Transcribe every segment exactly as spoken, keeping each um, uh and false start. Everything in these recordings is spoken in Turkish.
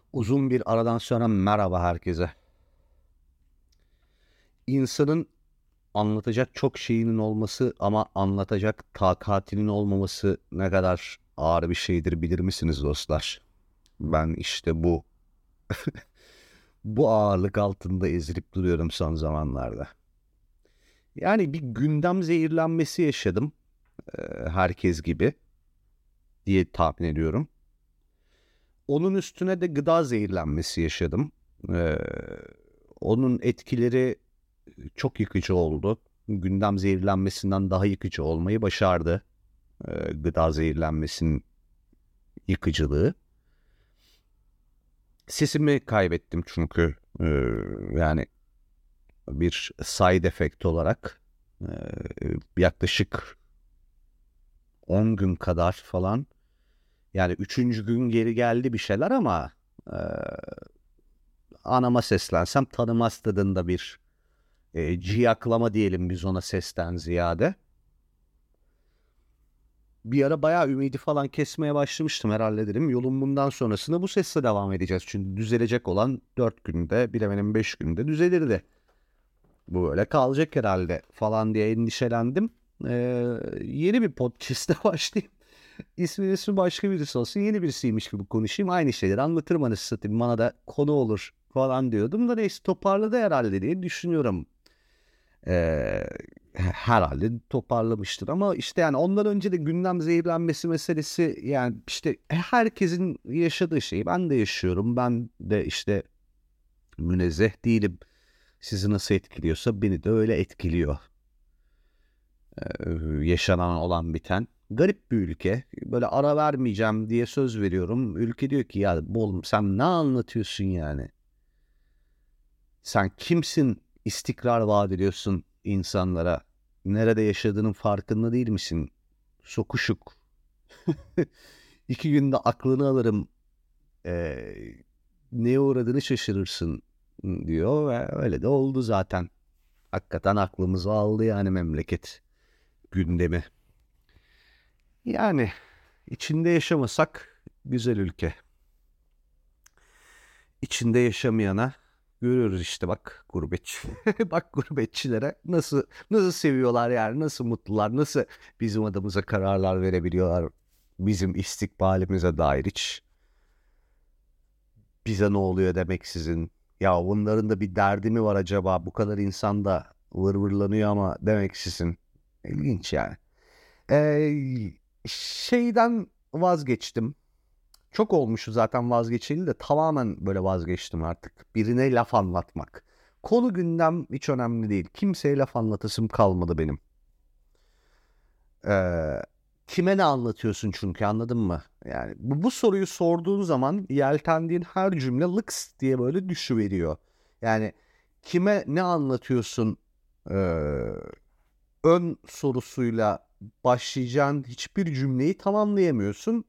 Uzun bir aradan sonra merhaba herkese. İnsanın anlatacak çok şeyinin olması ama anlatacak takatinin olmaması ne kadar ağır bir şeydir bilir misiniz dostlar? Ben işte bu bu ağırlık altında ezilip duruyorum son zamanlarda. Yani bir gündem zehirlenmesi yaşadım, e, herkes gibi diye tahmin ediyorum. Onun üstüne de gıda zehirlenmesi yaşadım. Ee, onun etkileri çok yıkıcı oldu. Gündem zehirlenmesinden daha yıkıcı olmayı başardı. Ee, gıda zehirlenmesinin yıkıcılığı. Sesimi kaybettim çünkü ee, yani bir side effect olarak ee, yaklaşık on gün kadar falan, yani üçüncü gün geri geldi bir şeyler ama ee, anama seslensem tanımaz tadında bir e, ciyaklama diyelim biz ona, sesten ziyade. Bir ara bayağı ümidi falan kesmeye başlamıştım, herhalde dedim. Yolun bundan sonrasında bu sesle devam edeceğiz. Çünkü düzelecek olan dört günde, bilemenin beş günde düzelirdi. Bu böyle kalacak herhalde falan diye endişelendim. Ee, yeni bir podcast'e başlayayım. İsmi ismi başka birisi olsun. Yeni birisiymiş gibi konuşayım. Aynı şeyleri anlatırım, anasını satayım. Bana da konu olur falan diyordum da neyse, toparladı herhalde diye düşünüyorum. Ee, herhalde toparlamıştır ama işte yani ondan önce de gündem zehirlenmesi meselesi, yani işte herkesin yaşadığı şeyi ben de yaşıyorum. Ben de işte münezzeh değilim. Sizi nasıl etkiliyorsa beni de öyle etkiliyor. Ee, yaşanan olan biten. Garip bir ülke. Böyle ara vermeyeceğim diye söz veriyorum. Ülke diyor ki ya oğlum sen ne anlatıyorsun yani? Sen kimsin, istikrar vaat ediyorsun insanlara? Nerede yaşadığının farkında değil misin? Sokuşuk. İki günde aklını alırım. Ee, neye uğradığını şaşırırsın diyor ve öyle de oldu zaten. Hakikaten aklımızı aldı yani memleket gündemi. Yani içinde yaşamasak güzel ülke. İçinde yaşamayana görüyoruz işte, bak gurbetçi. Bak gurbetçilere nasıl nasıl seviyorlar yani, nasıl mutlular, nasıl bizim adımıza kararlar verebiliyorlar, bizim istikbalimize dair hiç bize ne oluyor demeksizin. Ya bunların da bir derdi mi var acaba, bu kadar insan da vırvırlanıyor ama demeksizin. İlginç yani. Ee, şeyden vazgeçtim. Çok olmuştu zaten vazgeçeli de, tamamen böyle vazgeçtim artık. Birine laf anlatmak. Konu gündem hiç önemli değil. Kimseye laf anlatasım kalmadı benim. Ee, kime ne anlatıyorsun çünkü, anladın mı? Yani bu, bu soruyu sorduğun zaman yeltendiğin her cümle lıks diye böyle düşüveriyor. Yani kime ne anlatıyorsun ee, ön sorusuyla başlayacağın hiçbir cümleyi tamamlayamıyorsun.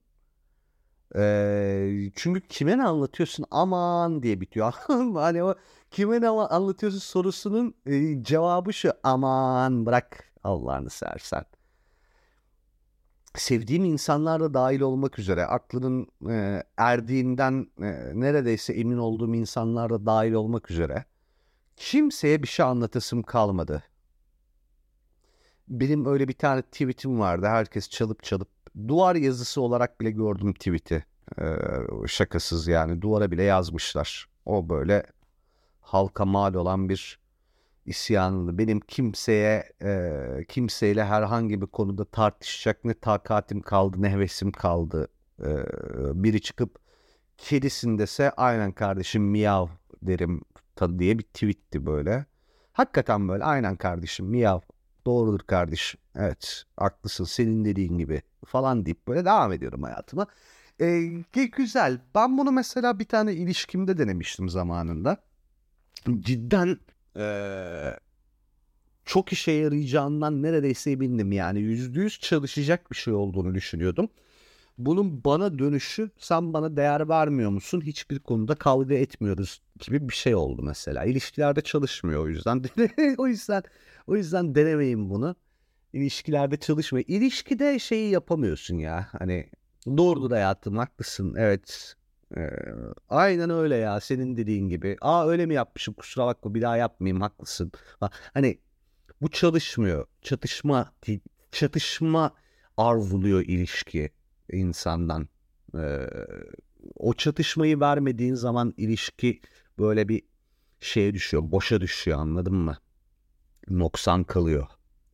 Ee, çünkü kime ne anlatıyorsun aman diye bitiyor. Hani o kime ne anlatıyorsun sorusunun e, cevabı şu: aman bırak Allah'ını seversen. Sevdiğim insanlar da dahil olmak üzere, aklının e, erdiğinden e, neredeyse emin olduğum insanlar da dahil olmak üzere kimseye bir şey anlatasım kalmadı. Benim öyle bir tane tweetim vardı. Herkes çalıp çalıp duvar yazısı olarak bile gördüm tweet'i. Ee, şakasız yani, duvara bile yazmışlar. O böyle halka mal olan bir isyanını. Benim kimseye e, kimseyle herhangi bir konuda tartışacak ne takatim kaldı ne hevesim kaldı. Ee, biri çıkıp kedisin dese aynen kardeşim miyav derim tadı diye bir tweetti böyle. Hakikaten böyle aynen kardeşim miyav, doğrudur kardeşim, evet haklısın senin dediğin gibi falan deyip böyle devam ediyorum hayatıma. Ee, güzel. Ben bunu mesela bir tane ilişkimde denemiştim zamanında. Cidden ee, çok işe yarayacağından neredeyse emindim, yani yüzde yüz çalışacak bir şey olduğunu düşünüyordum. Bunun bana dönüşü, sen bana değer vermiyor musun? Hiçbir konuda kavga etmiyoruz gibi bir şey oldu mesela. İlişkilerde çalışmıyor o yüzden. o yüzden o yüzden denemeyin bunu. İlişkilerde çalışmıyor. İlişkide şeyi yapamıyorsun ya. Hani doğrudur hayatım, haklısın. Evet. Ee, aynen öyle ya, senin dediğin gibi. Aa, öyle mi yapmışım, kusura bakma, bir daha yapmayayım, haklısın. Ha, hani bu çalışmıyor. Çatışma çatışma arzuluyor ilişki insandan. Ee, o çatışmayı vermediğin zaman ilişki böyle bir şeye düşüyor, boşa düşüyor, anladın mı? Noksan kalıyor.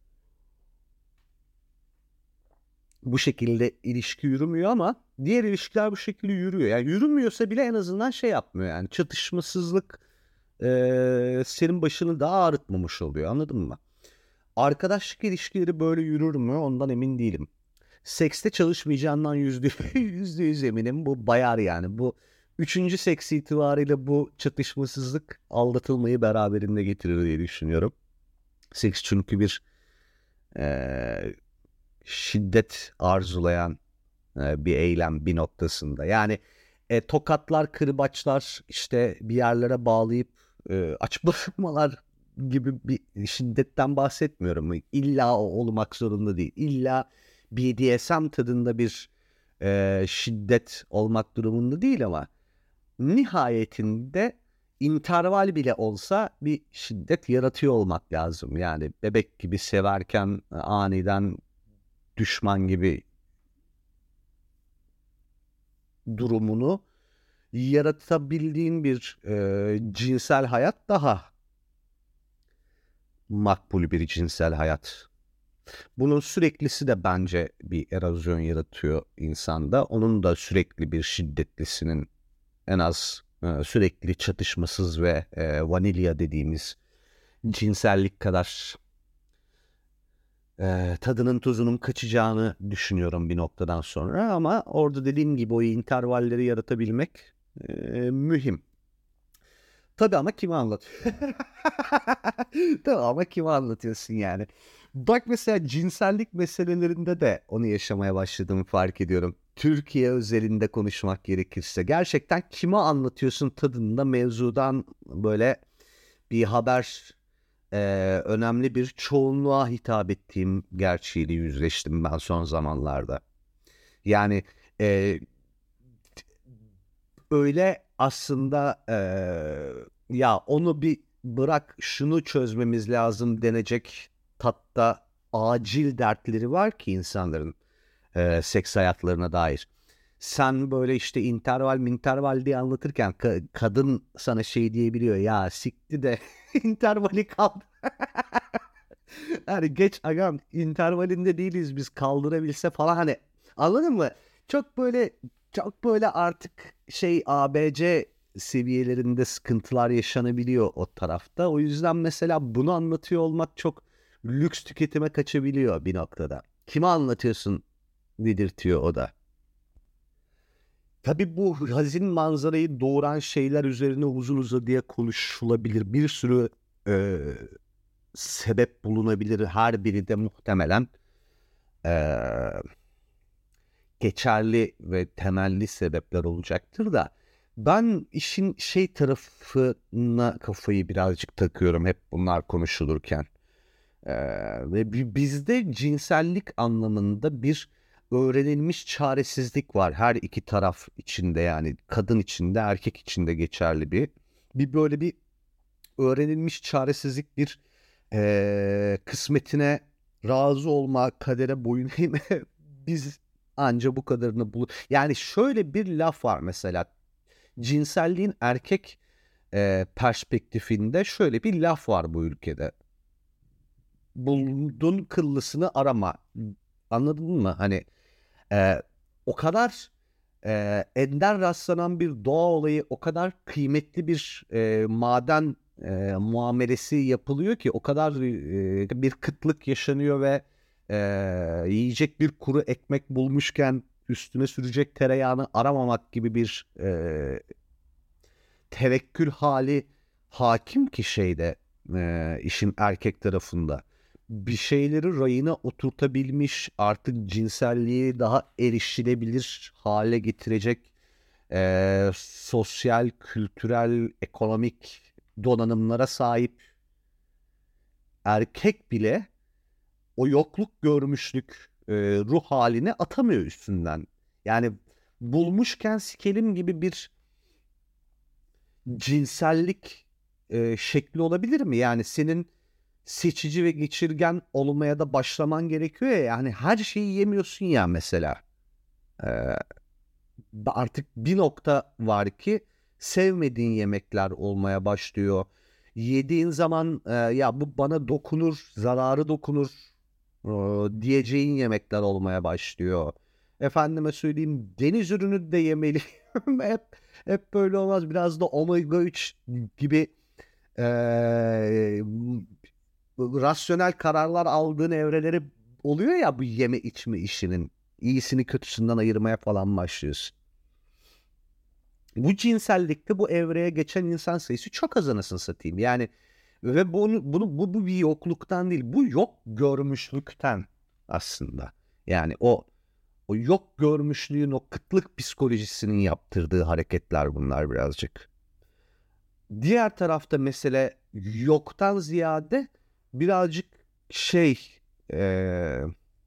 Bu şekilde ilişki yürümüyor ama diğer ilişkiler bu şekilde yürüyor. Yani yürümüyorsa bile en azından şey yapmıyor yani, çatışmasızlık eee, senin başını daha ağrıtmamış oluyor, anladın mı? Arkadaşlık ilişkileri böyle yürür mü ondan emin değilim. Sekste çalışmayacağından yüzde yüzde yüz eminim. Bu bayar yani. Bu üçüncü seks itibariyle bu çatışmasızlık aldatılmayı beraberinde getirir diye düşünüyorum. Seks çünkü bir eee, şiddet arzulayan e, bir eylem bir noktasında. Yani e, tokatlar, kırbaçlar, işte bir yerlere bağlayıp e, aç bırakmalar gibi bir şiddetten bahsetmiyorum. İlla o olmak zorunda değil. İlla B D S M tadında bir e, şiddet olmak durumunda değil ama nihayetinde interval bile olsa bir şiddet yaratıyor olmak lazım. Yani bebek gibi severken aniden düşman gibi durumunu yaratabildiğin bir e, cinsel hayat daha makbul bir cinsel hayat. Bunun süreklisi de bence bir erozyon yaratıyor insanda. Onun da sürekli bir şiddetlisinin en az e, sürekli çatışmasız ve e, vanilya dediğimiz cinsellik kadar e, tadının tuzunun kaçacağını düşünüyorum bir noktadan sonra. Ama orada dediğim gibi o intervalleri yaratabilmek e, mühim. Tabii ama kime anlatıyor? Tabii ama kime anlatıyorsun yani? Bak mesela cinsellik meselelerinde de onu yaşamaya başladığımı fark ediyorum. Türkiye özelinde konuşmak gerekirse gerçekten kime anlatıyorsun tadında mevzudan böyle bir haber, e, önemli bir çoğunluğa hitap ettiğim gerçeğiyle yüzleştim ben son zamanlarda. Yani e, öyle aslında eee, ya onu bir bırak, şunu çözmemiz lazım denecek tatta acil dertleri var ki insanların eee, seks hayatlarına dair. Sen böyle işte interval minterval diye anlatırken ka- kadın sana şey diyebiliyor, ya sikti de intervali kaldı. Yani geç agam, intervalinde değiliz biz, kaldırabilse falan, hani anladın mı? Çok böyle çok böyle artık şey A B C seviyelerinde sıkıntılar yaşanabiliyor o tarafta. O yüzden mesela bunu anlatıyor olmak çok lüks tüketime kaçabiliyor bir noktada. Kime anlatıyorsun dedirtiyor o da. Tabii bu hazin manzarayı doğuran şeyler üzerine uzun uzadıya konuşulabilir. Bir sürü e, sebep bulunabilir. Her biri de muhtemelen eee, geçerli ve temelli sebepler olacaktır da ben işin şey tarafına kafayı birazcık takıyorum hep bunlar konuşulurken. Eee, ve bi- bizde cinsellik anlamında bir öğrenilmiş çaresizlik var her iki taraf içinde, yani kadın içinde erkek içinde geçerli bir bir böyle bir öğrenilmiş çaresizlik, bir eee, kısmetine razı olma, kadere boyun eğme. Biz anca bu kadarını bul. Yani şöyle bir laf var mesela, cinselliğin erkek eee, perspektifinde şöyle bir laf var bu ülkede. Buldun kıllısını arama. Anladın mı? Hani eee, o kadar eee, ender rastlanan bir doğa olayı, o kadar kıymetli bir eee, maden eee, muamelesi yapılıyor ki, o kadar eee, bir kıtlık yaşanıyor ve eee, yiyecek bir kuru ekmek bulmuşken üstüne sürecek tereyağını aramamak gibi bir eee, tevekkül hali hakim ki şeyde, eee, işin erkek tarafında. Bir şeyleri rayına oturtabilmiş, artık cinselliği daha erişilebilir hale getirecek eee, sosyal, kültürel, ekonomik donanımlara sahip erkek bile o yokluk görmüşlük eee, ruh halini atamıyor üstünden. Yani bulmuşken sikelim gibi bir cinsellik e, şekli olabilir mi? Yani senin seçici ve geçirgen olmaya da başlaman gerekiyor ya. Yani her şeyi yemiyorsun ya mesela. Ee, Artık bir nokta var ki sevmediğin yemekler olmaya başlıyor. Yediğin zaman e, ya bu bana dokunur, zararı dokunur e, diyeceğin yemekler olmaya başlıyor. Efendime söyleyeyim, deniz ürünü de yemeliyim. hep hep böyle olmaz. Biraz da omega üç gibi e, rasyonel kararlar aldığın evreleri oluyor ya bu yeme içme işinin. İyisini kötüsünden ayırmaya falan başlıyorsun. Bu cinsellikte bu evreye geçen insan sayısı çok az, anasını satayım. Yani ve bunu, bunu bu, bu bir yokluktan değil. Bu yok görmüşlükten aslında. Yani o o yok görmüşlüğün, o kıtlık psikolojisinin yaptırdığı hareketler bunlar birazcık. Diğer tarafta mesele yoktan ziyade birazcık şey e,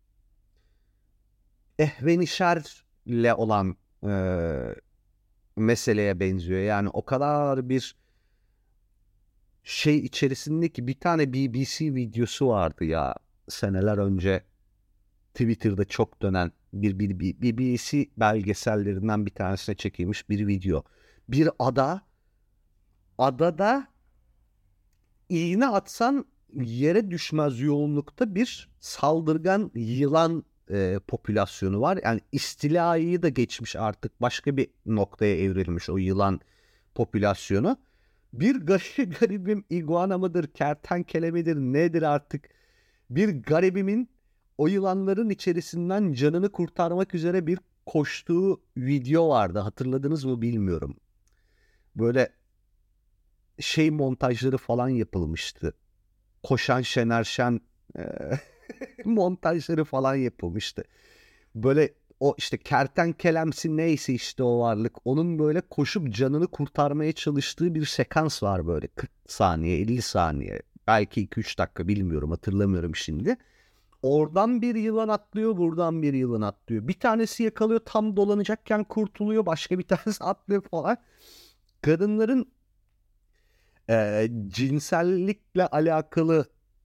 ehvenişerle olan e, meseleye benziyor. Yani o kadar bir şey içerisinde ki bir tane B B C videosu vardı ya seneler önce Twitter'da çok dönen bir, bir, bir B B C belgesellerinden bir tanesine çekilmiş bir video. Bir ada, adada iğne atsan yere düşmez yoğunlukta bir saldırgan yılan e, popülasyonu var. Yani istilayı da geçmiş, artık başka bir noktaya evrilmiş o yılan popülasyonu. Bir garip, garibim iguana mıdır, kertenkele midir, nedir artık? Bir garibimin o yılanların içerisinden canını kurtarmak üzere bir koştuğu video vardı. Hatırladınız mı bilmiyorum. Böyle şey montajları falan yapılmıştı. Koşan Şener Şen e, montajları falan yapılmıştı. Böyle o işte kertenkelemsi neyse işte o varlık, onun böyle koşup canını kurtarmaya çalıştığı bir sekans var, böyle kırk saniye elli saniye belki iki üç dakika, bilmiyorum, hatırlamıyorum şimdi. Oradan bir yılan atlıyor, buradan bir yılan atlıyor. Bir tanesi yakalıyor, tam dolanacakken kurtuluyor, başka bir tanesi atlıyor falan. Kadınların e, cinsellikle alakalı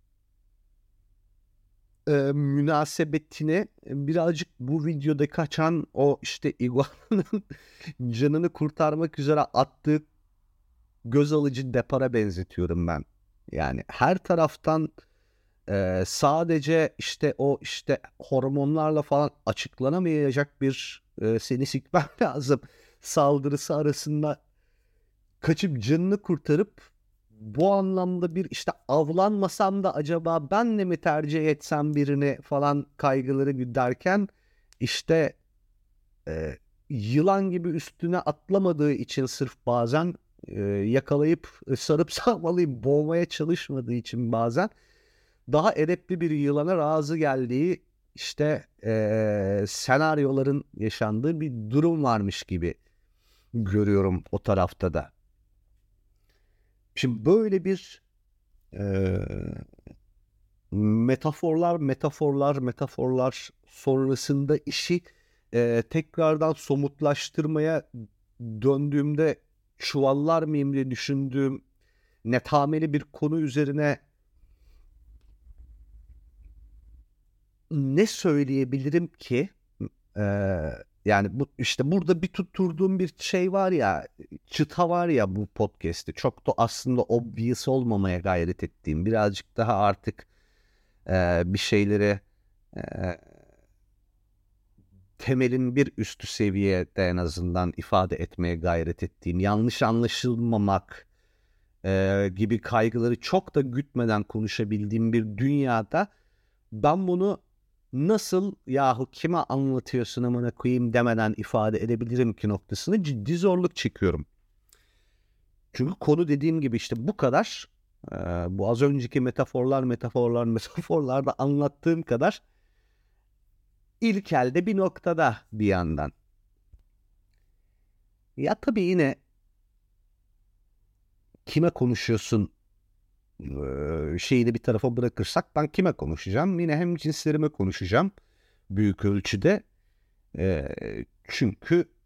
e, münasebetini birazcık bu videoda kaçan o işte iguananın canını kurtarmak üzere attığı göz alıcı depara benzetiyorum ben. Yani her taraftan e, sadece işte o işte hormonlarla falan açıklanamayacak bir e, seni sikmem lazım saldırısı arasında kaçıp canını kurtarıp bu anlamda bir işte avlanmasam da acaba ben de mi tercih etsem birini falan kaygıları güderken işte e, yılan gibi üstüne atlamadığı için, sırf bazen e, yakalayıp e, sarıp sarmalayıp boğmaya çalışmadığı için bazen daha edepli bir yılana razı geldiği işte e, senaryoların yaşandığı bir durum varmış gibi görüyorum o tarafta da. Şimdi böyle bir e, metaforlar, metaforlar, metaforlar sonrasında işi e, tekrardan somutlaştırmaya döndüğümde çuvallar mıyım diye düşündüğüm netameli bir konu üzerine ne söyleyebilirim ki? Ee, Yani bu işte burada bir tutturduğum bir şey var ya, çıta var ya bu podcast'te. Çok da aslında obvious olmamaya gayret ettiğim, birazcık daha artık e, bir şeyleri e, temelin bir üstü seviyede en azından ifade etmeye gayret ettiğim, yanlış anlaşılmamak e, gibi kaygıları çok da gütmeden konuşabildiğim bir dünyada ben bunu nasıl yahu kime anlatıyorsun amına koyayım demeden ifade edebilirim ki noktasını ciddi zorluk çekiyorum. Çünkü konu dediğim gibi işte bu kadar. Ee, bu az önceki metaforlar metaforlar metaforlarda anlattığım kadar ilkelde bir noktada bir yandan. Ya tabii yine kime konuşuyorsun ee, şeyini bir tarafa bırakırsak ben kime konuşacağım? Yine hem cinslerime konuşacağım büyük ölçüde. Ee, Çünkü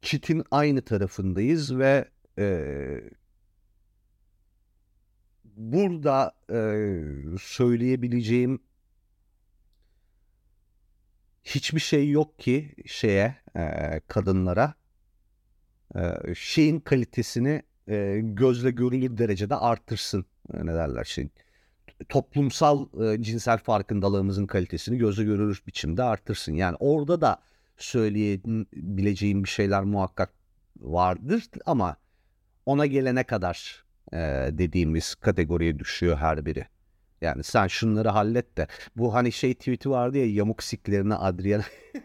çitin aynı tarafındayız ve e, burada e, söyleyebileceğim hiçbir şey yok ki şeye e, kadınlara e, şeyin kalitesini e, gözle görülür derecede artırsın. E, ne derler şey. Toplumsal e, cinsel farkındalığımızın kalitesini gözle görülür biçimde artırsın. Yani orada da söyleyebileceğim bir şeyler muhakkak vardır ama ona gelene kadar e, dediğimiz kategoriye düşüyor her biri. Yani sen şunları hallet de. Bu hani şey tweet'i vardı ya, yamuk siklerine Adriana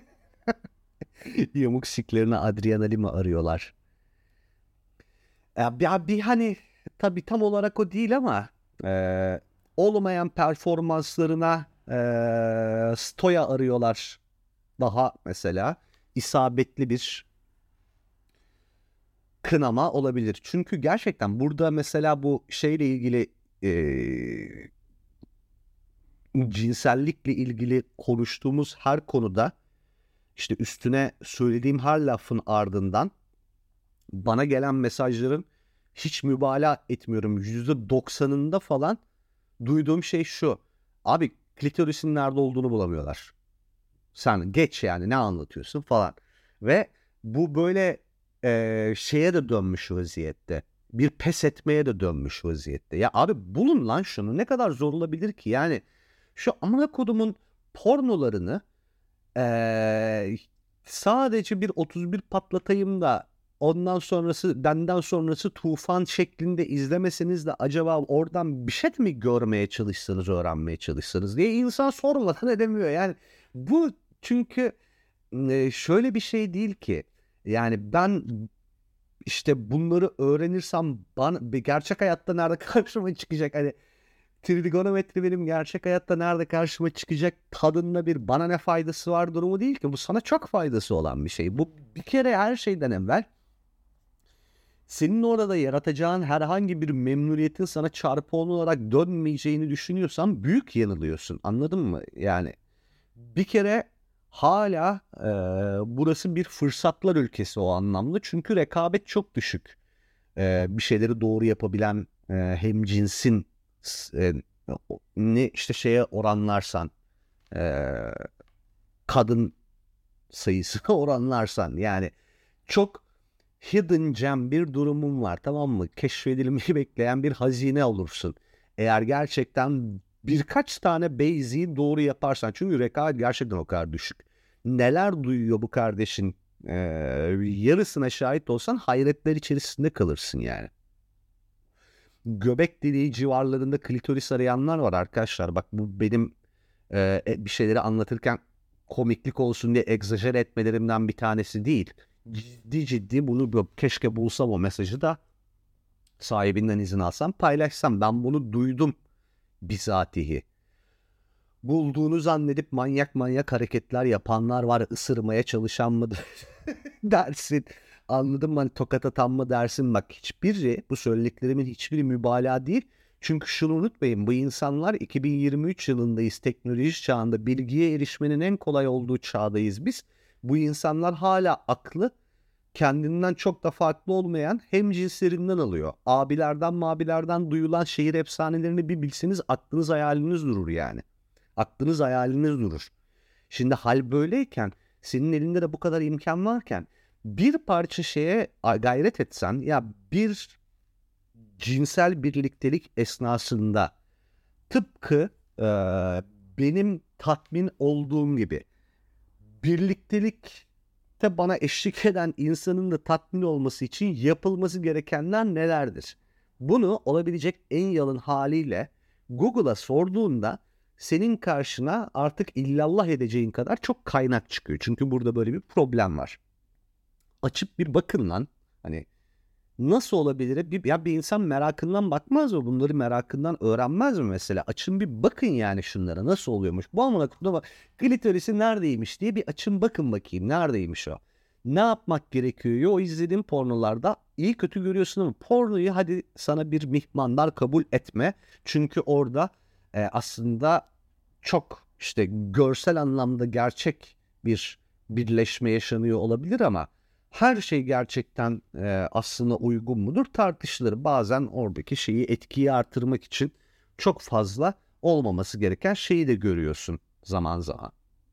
yamuk siklerine Adriana Lima arıyorlar. Ya bir, bir hani tabii tam olarak o değil ama e, olmayan performanslarına e, stoya arıyorlar. Daha mesela isabetli bir kınama olabilir. Çünkü gerçekten burada mesela bu şeyle ilgili e, cinsellikle ilgili konuştuğumuz her konuda işte üstüne söylediğim her lafın ardından bana gelen mesajların hiç mübalağa etmiyorum, yüzde doksanında falan duyduğum şey şu: abi klitorisin nerede olduğunu bulamıyorlar. Sen geç yani, ne anlatıyorsun falan. Ve bu böyle e, şeye de dönmüş vaziyette. Bir pes etmeye de dönmüş vaziyette. Ya abi bulun lan şunu, ne kadar zor olabilir ki? Yani şu amına kodumun pornolarını e, sadece bir otuz bir patlatayım da ondan sonrası, benden sonrası tufan şeklinde izlemeseniz de acaba oradan bir şey mi görmeye çalışsanız, öğrenmeye çalışsanız diye insan sormadan edemiyor. Yani bu çünkü e, şöyle bir şey değil ki. Yani ben işte bunları öğrenirsem bana, bir gerçek hayatta nerede karşıma çıkacak? Hani trigonometri benim gerçek hayatta nerede karşıma çıkacak tadında bir bana ne faydası var durumu değil ki. Bu sana çok faydası olan bir şey. Bu bir kere her şeyden evvel senin orada yaratacağın herhangi bir memnuniyetin sana çarpı olarak dönmeyeceğini düşünüyorsan büyük yanılıyorsun. Anladın mı? Yani bir kere hala e, burası bir fırsatlar ülkesi o anlamda. Çünkü rekabet çok düşük. E, bir şeyleri doğru yapabilen e, hemcinsin e, ne işte şeye oranlarsan, e, kadın sayısına oranlarsan, yani çok hidden gem bir durumun var, tamam mı? Keşfedilmeyi bekleyen bir hazine olursun. Eğer gerçekten birkaç tane basic'i doğru yaparsan. Çünkü rekabet gerçekten o kadar düşük. Neler duyuyor bu kardeşin e, yarısına şahit olsan hayretler içerisinde kalırsın yani. Göbek deliği civarlarında klitoris arayanlar var arkadaşlar. Bak bu benim e, bir şeyleri anlatırken komiklik olsun diye egzajere etmelerimden bir tanesi değil. Ciddi ciddi bunu keşke bulsam o mesajı da sahibinden izin alsam paylaşsam. Ben bunu duydum bizatihi. Bulduğunu zannedip manyak manyak hareketler yapanlar var. Isırmaya çalışan mı dersin? Anladın mı? Hani tokat atan mı dersin? Bak hiçbiri, bu söylediklerimin hiçbiri mübalağa değil. Çünkü şunu unutmayın, bu insanlar iki bin yirmi üç yılındayız, teknoloji çağında, bilgiye erişmenin en kolay olduğu çağdayız biz. Bu insanlar hala aklı kendinden çok da farklı olmayan hemcinslerinden alıyor. Abilerden mabilerden duyulan şehir efsanelerini bir bilseniz aklınız hayaliniz durur yani. Aklınız hayaliniz durur. Şimdi hal böyleyken, senin elinde de bu kadar imkan varken bir parça şeye gayret etsen, ya bir cinsel birliktelik esnasında tıpkı e, benim tatmin olduğum gibi birliktelikte bana eşlik eden insanın da tatmin olması için yapılması gerekenler nelerdir? Bunu olabilecek en yalın haliyle Google'a sorduğunda senin karşına artık illallah edeceğin kadar çok kaynak çıkıyor. Çünkü burada böyle bir problem var. Açıp bir bakın lan. Hani nasıl olabilir? Bir, ya bir insan merakından bakmaz mı? Bunları merakından öğrenmez mi mesela? Açın bir bakın yani şunlara nasıl oluyormuş. Bu amına koyayım bak, klitorisi neredeymiş diye bir açın bakın bakayım neredeymiş o. Ne yapmak gerekiyor? O izlediğin pornolarda iyi kötü görüyorsun ama pornoyu hadi sana bir mihmandar kabul etme. Çünkü orada e, aslında çok işte görsel anlamda gerçek bir birleşme yaşanıyor olabilir ama Her şey gerçekten e, aslında uygun mudur tartışılır. Bazen oradaki şeyi, etkiyi artırmak için çok fazla olmaması gereken şeyi de görüyorsun zaman zaman.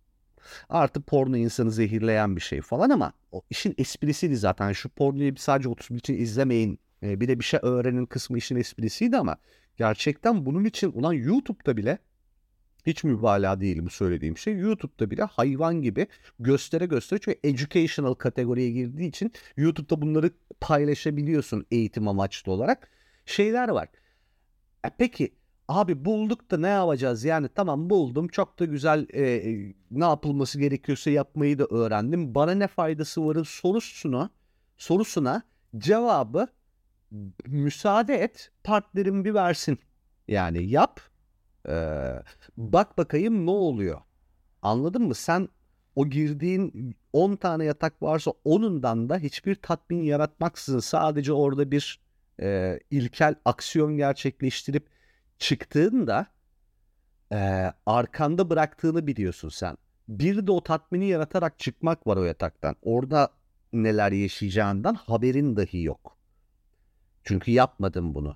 Artı porno insanı zehirleyen bir şey falan ama o işin esprisiydi zaten. Şu pornoyu sadece otuz bir için izlemeyin, e, bir de bir şey öğrenin kısmı işin esprisiydi ama gerçekten bunun için ulan YouTube'da bile, hiç mübalağa değil bu söylediğim şey, YouTube'da bile hayvan gibi göstere göstere, çünkü educational kategoriye girdiği için YouTube'da bunları paylaşabiliyorsun eğitim amaçlı olarak. Şeyler var. E peki abi bulduk da ne yapacağız? Yani tamam buldum, çok da güzel, e, e, ne yapılması gerekiyorsa yapmayı da öğrendim. Bana ne faydası varın sorusuna, sorusuna cevabı müsaade et partnerim bir versin. Yani yap, e, bak bakayım ne oluyor. Anladın mı? Sen o girdiğin on tane yatak varsa onundan da hiçbir tatmin yaratmaksızın sadece orada bir e, ilkel aksiyon gerçekleştirip çıktığında e, arkanda bıraktığını biliyorsun sen. Bir de o tatmini yaratarak çıkmak var o yataktan. Orada neler yaşayacağından haberin dahi yok. Çünkü yapmadım bunu.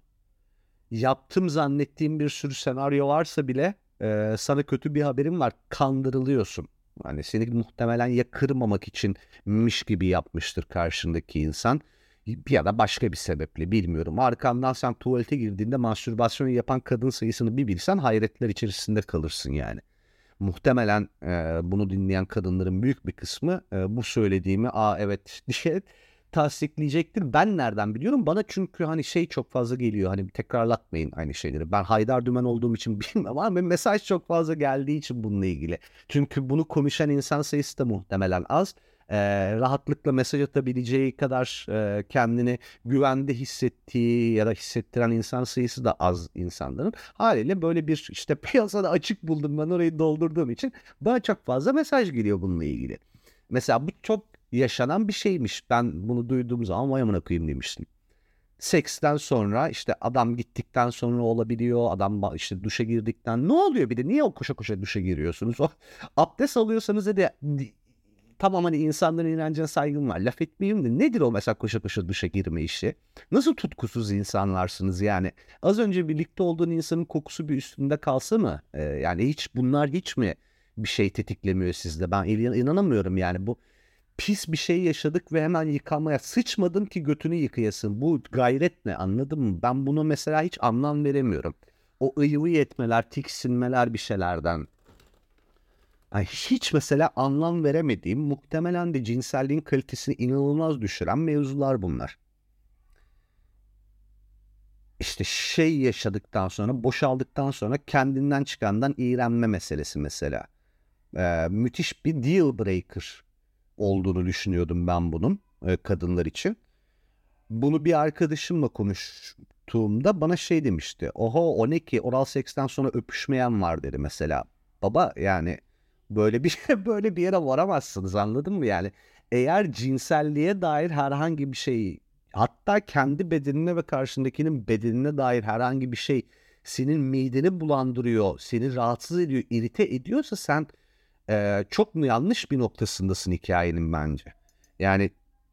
Yaptım zannettiğim bir sürü senaryo varsa bile e, sana kötü bir haberim var. Kandırılıyorsun. Hani seni muhtemelen ya kırmamak içinmiş gibi yapmıştır karşındaki insan ya da başka bir sebeple, bilmiyorum. Arkandan sen tuvalete girdiğinde mastürbasyon yapan kadın sayısını bir bilsen hayretler içerisinde kalırsın yani. Muhtemelen e, bunu dinleyen kadınların büyük bir kısmı e, bu söylediğimi aa evet diye tasdikleyecektir. Ben nereden biliyorum? Bana çünkü hani şey çok fazla geliyor. Hani tekrarlatmayın aynı şeyleri. Ben Haydar Dümen olduğum için bilmem ama mesaj çok fazla geldiği için bununla ilgili. Çünkü bunu konuşan insan sayısı da muhtemelen az. Ee, rahatlıkla mesaj atabileceği kadar e, kendini güvende hissettiği ya da hissettiren insan sayısı da az insanların. Haliyle böyle bir işte piyasada açık buldum, ben orayı doldurduğum için bana çok fazla mesaj geliyor bununla ilgili. Mesela bu çok yaşanan bir şeymiş. Ben bunu duyduğum zaman vay amına koyayım demiştim. Seksten sonra işte adam gittikten sonra olabiliyor. Adam işte duşa girdikten, ne oluyor bir de niye o koşa koşa duşa giriyorsunuz? O abdest alıyorsanız da tamam hani insanların inancına saygım var. Laf etmeyeyim de nedir o mesela koşa koşa duşa girme işi? Nasıl tutkusuz insanlarsınız yani? Az önce birlikte olduğun insanın kokusu bir üstünde kalsa mı? Ee, yani hiç bunlar hiç mi bir şey tetiklemiyor sizde? Ben inanamıyorum yani bu pis bir şey yaşadık ve hemen yıkamaya sıçmadım ki götünü yıkayasın. Bu gayret ne, anladın mı? Ben bunu mesela hiç anlam veremiyorum. O ıyıvı etmeler, tiksinmeler bir şeylerden. Yani hiç mesela anlam veremediğim, muhtemelen de cinselliğin kalitesini inanılmaz düşüren mevzular bunlar. İşte şey yaşadıktan sonra, boşaldıktan sonra kendinden çıkandan iğrenme meselesi mesela. Ee, müthiş bir deal breaker olduğunu düşünüyordum ben bunun e, kadınlar için. Bunu bir arkadaşımla konuştuğumda bana şey demişti. Oho o ne ki, oral seksten sonra öpüşmeyen var dedi mesela. Baba yani böyle bir böyle bir yere varamazsınız, anladın mı yani? Eğer cinselliğe dair herhangi bir şey, hatta kendi bedenine ve karşındakinin bedenine dair herhangi bir şey senin mideni bulandırıyor, seni rahatsız ediyor, irite ediyorsa sen e, çok mu yanlış bir noktasındasın hikayenin bence. Yani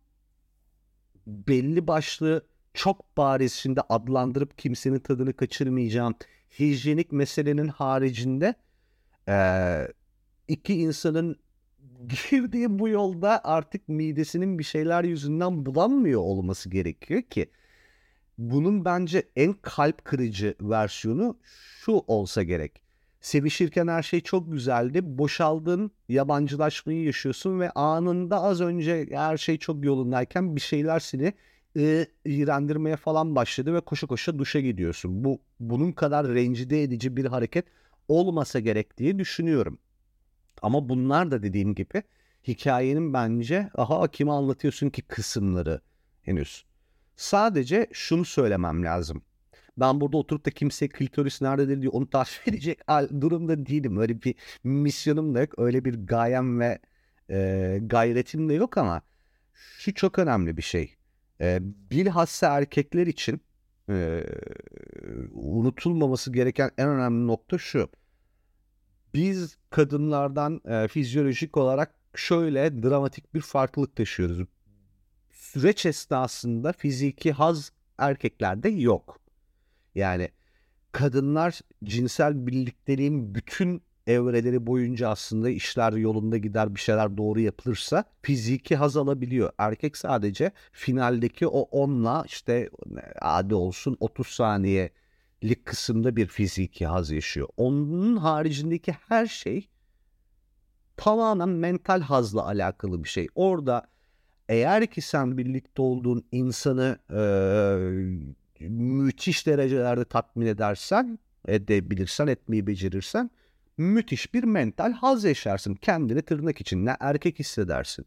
belli başlı çok bariz, şimdi adlandırıp kimsenin tadını kaçırmayacağım hijyenik meselenin haricinde e, iki insanın girdiği bu yolda artık midesinin bir şeyler yüzünden bulanmıyor olması gerekiyor ki. Bunun bence en kalp kırıcı versiyonu şu olsa gerek. Sevişirken her şey çok güzeldi. Boşaldın, yabancılaşmayı yaşıyorsun ve anında az önce her şey çok yolundayken bir şeyler seni e, iğrendirmeye falan başladı ve koşa koşa duşa gidiyorsun. Bu bunun kadar rencide edici bir hareket olmasa gerek diye düşünüyorum. Ama bunlar da dediğim gibi hikayenin bence aha kime anlatıyorsun ki kısımları henüz. Sadece şunu söylemem lazım. Ben burada oturup da kimseye klitoris nerededir diye onu tarif edecek durumda değilim. Öyle bir misyonum da yok. Öyle bir gayem ve e, gayretim de yok ama şu çok önemli bir şey. E, bilhassa erkekler için e, unutulmaması gereken en önemli nokta şu. Biz kadınlardan e, fizyolojik olarak şöyle dramatik bir farklılık taşıyoruz. süreç esnasında fiziki haz erkeklerde yok. Yani kadınlar cinsel birlikteliğin bütün evreleri boyunca aslında işler yolunda gider, bir şeyler doğru yapılırsa fiziki haz alabiliyor. Erkek sadece finaldeki o onla işte hadi olsun otuz saniyelik kısımda bir fiziki haz yaşıyor. Onun haricindeki her şey tamamen mental hazla alakalı bir şey. Orada eğer ki sen birlikte olduğun insanı e, müthiş derecelerde tatmin edersen, edebilirsen, etmeyi becerirsen müthiş bir mental haz yaşarsın. Kendini tırnak içinde erkek hissedersin.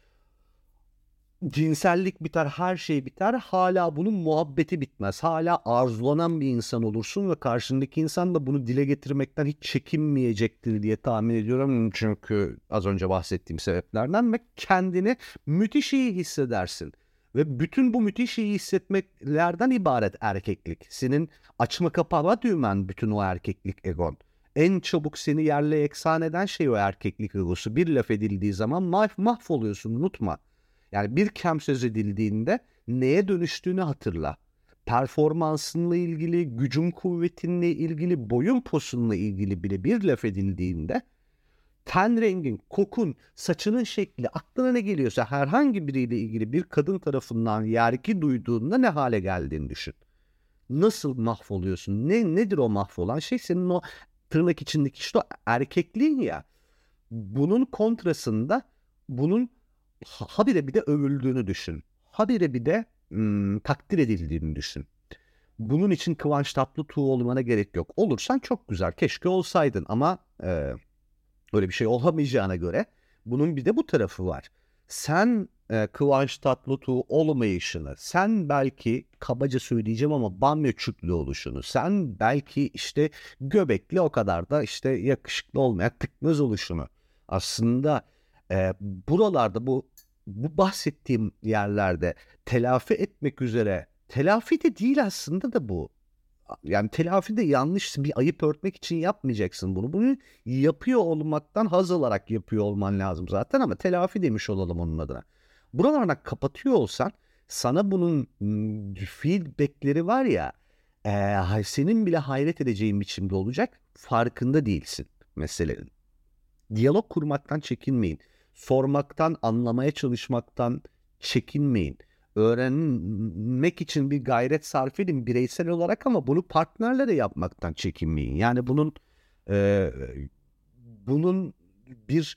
Cinsellik biter, her şey biter. Hala bunun muhabbeti bitmez. Hala arzulanan bir insan olursun ve karşındaki insan da bunu dile getirmekten hiç çekinmeyecektir diye tahmin ediyorum. Çünkü az önce bahsettiğim sebeplerden ve kendini müthiş iyi hissedersin. Ve bütün bu müthiş iyi hissetmeklerden ibaret erkeklik. Senin açma kapama düğmen bütün o erkeklik egon. En çabuk seni yerle yeksan eden şey o erkeklik egosu. Bir laf edildiği zaman mah mahvoluyorsun, unutma. Yani bir kem söz edildiğinde neye dönüştüğünü hatırla. Performansınla ilgili, gücün kuvvetinle ilgili, boyun posunla ilgili bile bir laf edildiğinde ten rengin, kokun, saçının şekli, aklına ne geliyorsa herhangi biriyle ilgili bir kadın tarafından yerki duyduğunda ne hale geldiğini düşün. Nasıl mahvoluyorsun? Ne, nedir o mahvolan şey? Senin o tırnak içindeki işte o erkekliğin ya. Bunun kontrasında bunun habire bir de övüldüğünü düşün. Habire bir de ım, takdir edildiğini düşün. Bunun için Kıvanç Tatlıtuğ olmana gerek yok. Olursan çok güzel. Keşke olsaydın ama e, öyle bir şey olamayacağına göre bunun bir de bu tarafı var. Sen e, Kıvanç Tatlıtuğ olmayışını, sen belki kabaca söyleyeceğim ama bamya çüklü oluşunu, sen belki işte göbekli o kadar da işte yakışıklı olmayan tıknaz oluşunu aslında e, buralarda bu bu bahsettiğim yerlerde telafi etmek üzere, telafi de değil aslında da bu. Yani telafi de yanlış, bir ayıp örtmek için yapmayacaksın bunu. Bunu yapıyor olmaktan haz alarak yapıyor olman lazım zaten ama telafi demiş olalım onun adına. Buralardan kapatıyor olsan sana bunun mm, feedbackleri var ya e, senin bile hayret edeceğin biçimde olacak, farkında değilsin meselenin. Diyalog kurmaktan çekinmeyin. Sormaktan, anlamaya çalışmaktan çekinmeyin. Öğrenmek için bir gayret sarf edin bireysel olarak ama bunu partnerlere yapmaktan çekinmeyin. Yani bunun e, bunun bir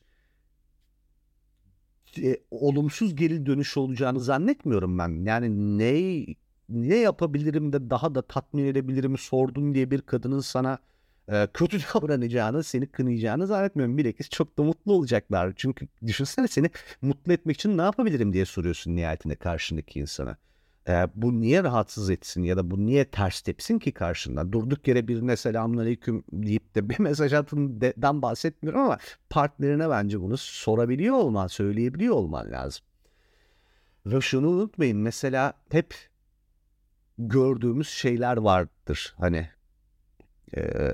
e, olumsuz geri dönüş olacağını zannetmiyorum ben. Yani ne ne yapabilirim de daha da tatmin edebilirim sordun diye bir kadının sana e, kötü davranacağını, seni kınayacağını zannetmiyorum. Bilakis çok da mutlu olacaklar. Çünkü düşünsene, seni mutlu etmek için ne yapabilirim diye soruyorsun nihayetinde karşındaki insana. E, bu niye rahatsız etsin ya da bu niye ters tepsin ki karşında? Durduk yere birine selamünaleyküm deyip de bir mesaj atından bahsetmiyorum ama partnerine bence bunu sorabiliyor olman, söyleyebiliyor olman lazım. Ve şunu unutmayın, mesela hep gördüğümüz şeyler vardır. Hani e,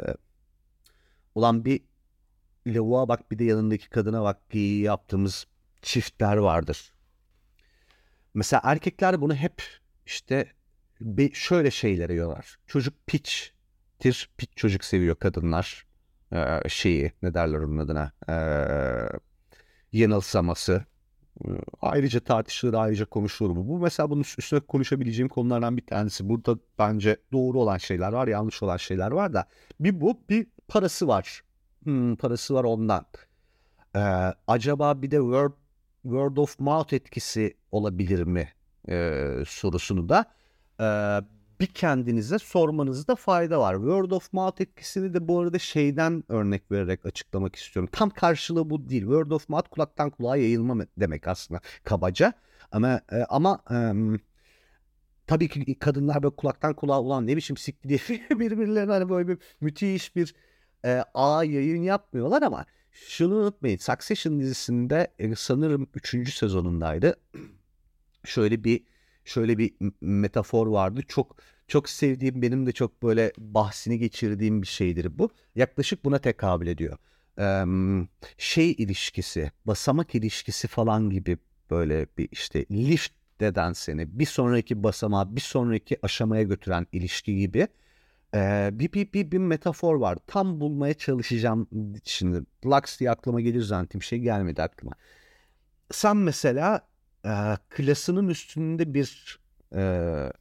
ulan bir lavuğa bak bir de yanındaki kadına bak diye yaptığımız çiftler vardır. Mesela erkekler bunu hep işte bir şöyle şeylere yorar. Çocuk piçtir. Piç çocuk seviyor kadınlar. Ee, şeyi ne derler onun adına? Ee, yanılsaması. Ee, ayrıca tartışılır, ayrıca konuşulur bu. Bu mesela bunun üstüne konuşabileceğim konulardan bir tanesi. Burada bence doğru olan şeyler var, yanlış olan şeyler var da. Bir bu, bir parası var. Hmm, parası var ondan. Ee, acaba bir de word, word of mouth etkisi olabilir mi ee, sorusunu da ee, bir kendinize sormanızda fayda var. Word of mouth etkisini de bu arada şeyden örnek vererek açıklamak istiyorum. Tam karşılığı bu değil. Word of mouth kulaktan kulağa yayılma demek aslında kabaca. Ama e, ama e, tabii ki kadınlar böyle kulaktan kulağa ulan ne biçim sikti diye birbirlerine hani böyle bir müthiş bir e, ağ yayın yapmıyorlar ama şunu unutmayın. Succession dizisinde e, sanırım üçüncü sezonundaydı. Şöyle bir şöyle bir metafor vardı. Çok çok sevdiğim, benim de çok böyle bahsini geçirdiğim bir şeydir bu. Yaklaşık buna tekabül ediyor. Ee, şey ilişkisi, basamak ilişkisi falan gibi, böyle bir işte lift eden seni bir sonraki basamağa, bir sonraki aşamaya götüren ilişki gibi e, bir, bir, bir, bir metafor var. Tam bulmaya çalışacağım şimdi. Lux diye aklıma gelir zannettim. Bir şey gelmedi aklıma. Sen mesela e, klasının üstünde bir e,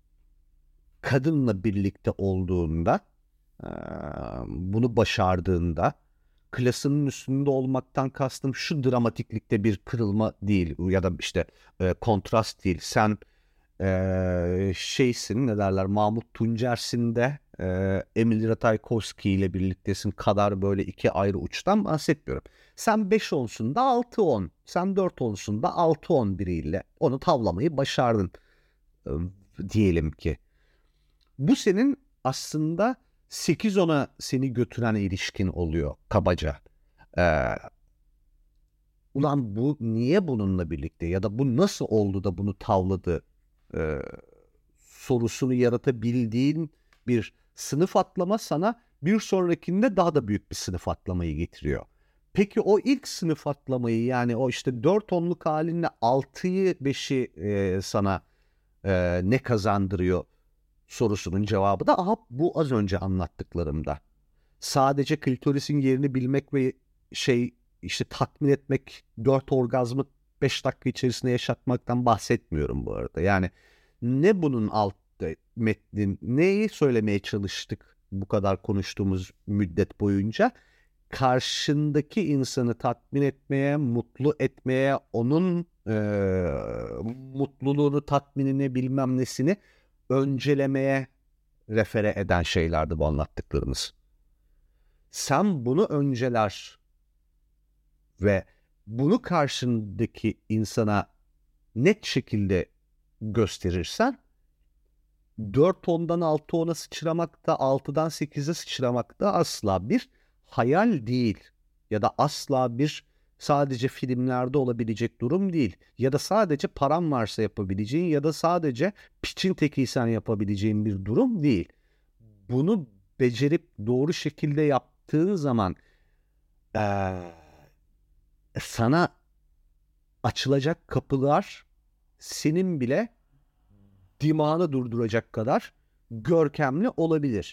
kadınla birlikte olduğunda, e, bunu başardığında, klasının üstünde olmaktan kastım şu dramatiklikte bir kırılma değil ya da işte e, kontrast değil. Sen e, şeysin, ne derler, Mahmut Tuncer'sin de e, Emil Ratajkowski ile birliktesin kadar böyle iki ayrı uçtan bahsetmiyorum. Sen beş onsun da altı on, sen dört onsun da altı on biriyle onu tavlamayı başardın e, diyelim ki. Bu senin aslında sekiz ona seni götüren ilişkin oluyor kabaca. Ee, ulan bu niye bununla birlikte ya da bu nasıl oldu da bunu tavladı e, sorusunu yaratabildiğin bir sınıf atlama sana bir sonrakinde daha da büyük bir sınıf atlamayı getiriyor. Peki o ilk sınıf atlamayı, yani o işte dört onluk halinle altıyı beşi e, sana e, ne kazandırıyor sorusunun cevabı da aha bu az önce anlattıklarımda. Sadece klitorisin yerini bilmek ve şey işte tatmin etmek, dört orgazmı beş dakika içerisinde yaşatmaktan bahsetmiyorum bu arada. Yani ne bunun alt metnin, neyi söylemeye çalıştık bu kadar konuştuğumuz müddet boyunca? Karşındaki insanı tatmin etmeye, mutlu etmeye, onun e, mutluluğunu, tatminini, bilmem nesini öncelemeye refere eden şeylerdi bu anlattıklarımız. Sen bunu önceler ve bunu karşındaki insana net şekilde gösterirsen dört ondan altı ona sıçramak da altıdan sekize sıçramak da asla bir hayal değil. Ya da asla bir sadece filmlerde olabilecek durum değil. Ya da sadece paran varsa yapabileceğin ya da sadece piçin tekiysen yapabileceğin bir durum değil. Bunu becerip doğru şekilde yaptığın zaman ee, sana açılacak kapılar senin bile dimağını durduracak kadar görkemli olabilir.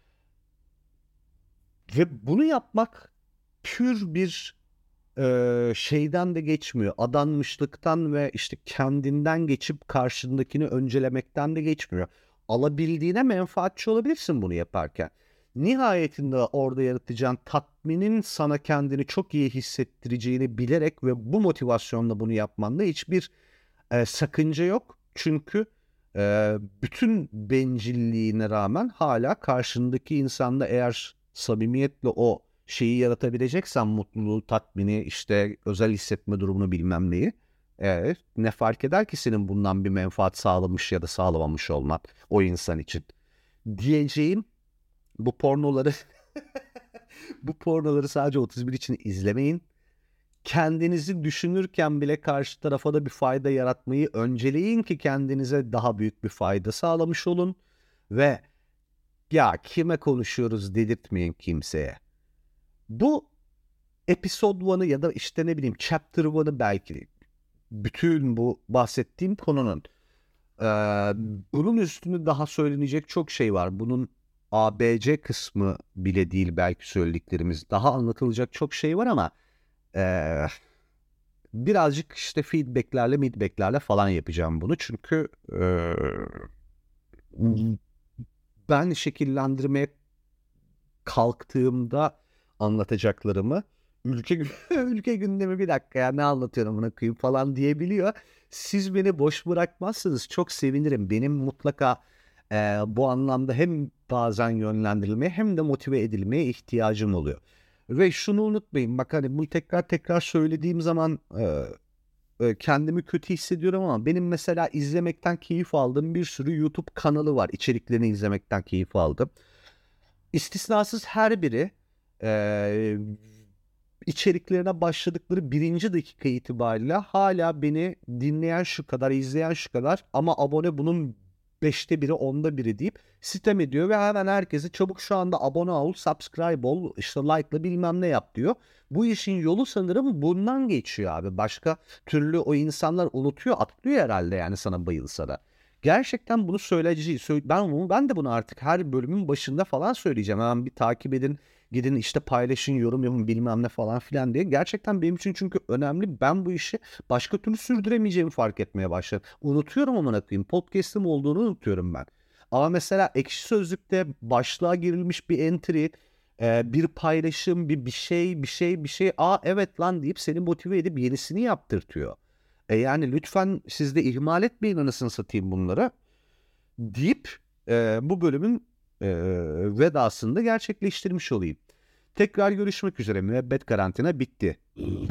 Ve bunu yapmak pür bir e, şeyden de geçmiyor. Adanmışlıktan ve işte kendinden geçip karşındakini öncelemekten de geçmiyor. Alabildiğine menfaatçi olabilirsin bunu yaparken. Nihayetinde orada yaratacağın tatminin sana kendini çok iyi hissettireceğini bilerek ve bu motivasyonla bunu yapmanda hiçbir e, sakınca yok. Çünkü e, bütün bencilliğine rağmen hala karşındaki insanda eğer samimiyetle o şeyi yaratabileceksen, mutluluğu, tatmini, işte özel hissetme durumunu, bilmem neyi, evet, ne fark eder ki senin bundan bir menfaat sağlamış ya da sağlamamış olman o insan için. Diyeceğim, bu pornoları bu pornoları sadece otuz bir için izlemeyin. Kendinizi düşünürken bile karşı tarafa da bir fayda yaratmayı önceleyin ki kendinize daha büyük bir fayda sağlamış olun ve ya kime konuşuyoruz dedirtmeyin kimseye. Bu episode bir'ı ya da işte ne bileyim chapter bir'ı, belki bütün bu bahsettiğim konunun e, bunun üstünde daha söylenecek çok şey var. Bunun A B C kısmı bile değil belki söylediklerimiz. Daha anlatılacak çok şey var ama e, birazcık işte feedbacklerle, midbacklerle falan yapacağım bunu. Çünkü e, ben şekillendirmeye kalktığımda anlatacaklarımı ülke ülke gündemi bir dakika ya ne anlatıyorum buna koyayım falan diyebiliyor. Siz beni boş bırakmazsınız, çok sevinirim. Benim mutlaka e, bu anlamda hem bazen yönlendirilmeye hem de motive edilmeye ihtiyacım oluyor. Ve şunu unutmayın, bak hani bunu tekrar tekrar söylediğim zaman e, e, kendimi kötü hissediyorum ama benim mesela izlemekten keyif aldığım bir sürü YouTube kanalı var. İçeriklerini izlemekten keyif aldım. İstisnasız her biri e, içeriklerine başladıkları birinci dakika itibariyle hala beni dinleyen şu kadar, izleyen şu kadar ama abone bunun beşte biri, onda biri deyip sitem ediyor ve hemen herkesi çabuk şu anda abone ol, subscribe ol, işte like'la bilmem ne yap diyor. Bu işin yolu sanırım bundan geçiyor abi. Başka türlü o insanlar unutuyor, atlıyor herhalde yani sana bayılsa da. Gerçekten bunu söyleyeceğim. Ben bunu ben de bunu artık her bölümün başında falan söyleyeceğim. Hemen bir takip edin, gidin işte paylaşın, yorum yapın bilmem ne falan filan diye. Gerçekten benim için çünkü önemli. Ben bu işi başka türlü sürdüremeyeceğimi fark etmeye başladım. Unutuyorum amına koyayım. Podcast'ım olduğunu unutuyorum ben. Ama mesela Ekşi Sözlük'te başlığa girilmiş bir entry, e, bir paylaşım, bir bir şey, bir şey, bir şey. Aa evet lan deyip seni motive edip yenisini yaptırtıyor. E yani lütfen siz de ihmal etmeyin anasını satayım bunları deyip e, bu bölümün e, vedasını da gerçekleştirmiş olayım. Tekrar görüşmek üzere. Müebbet karantina bitti.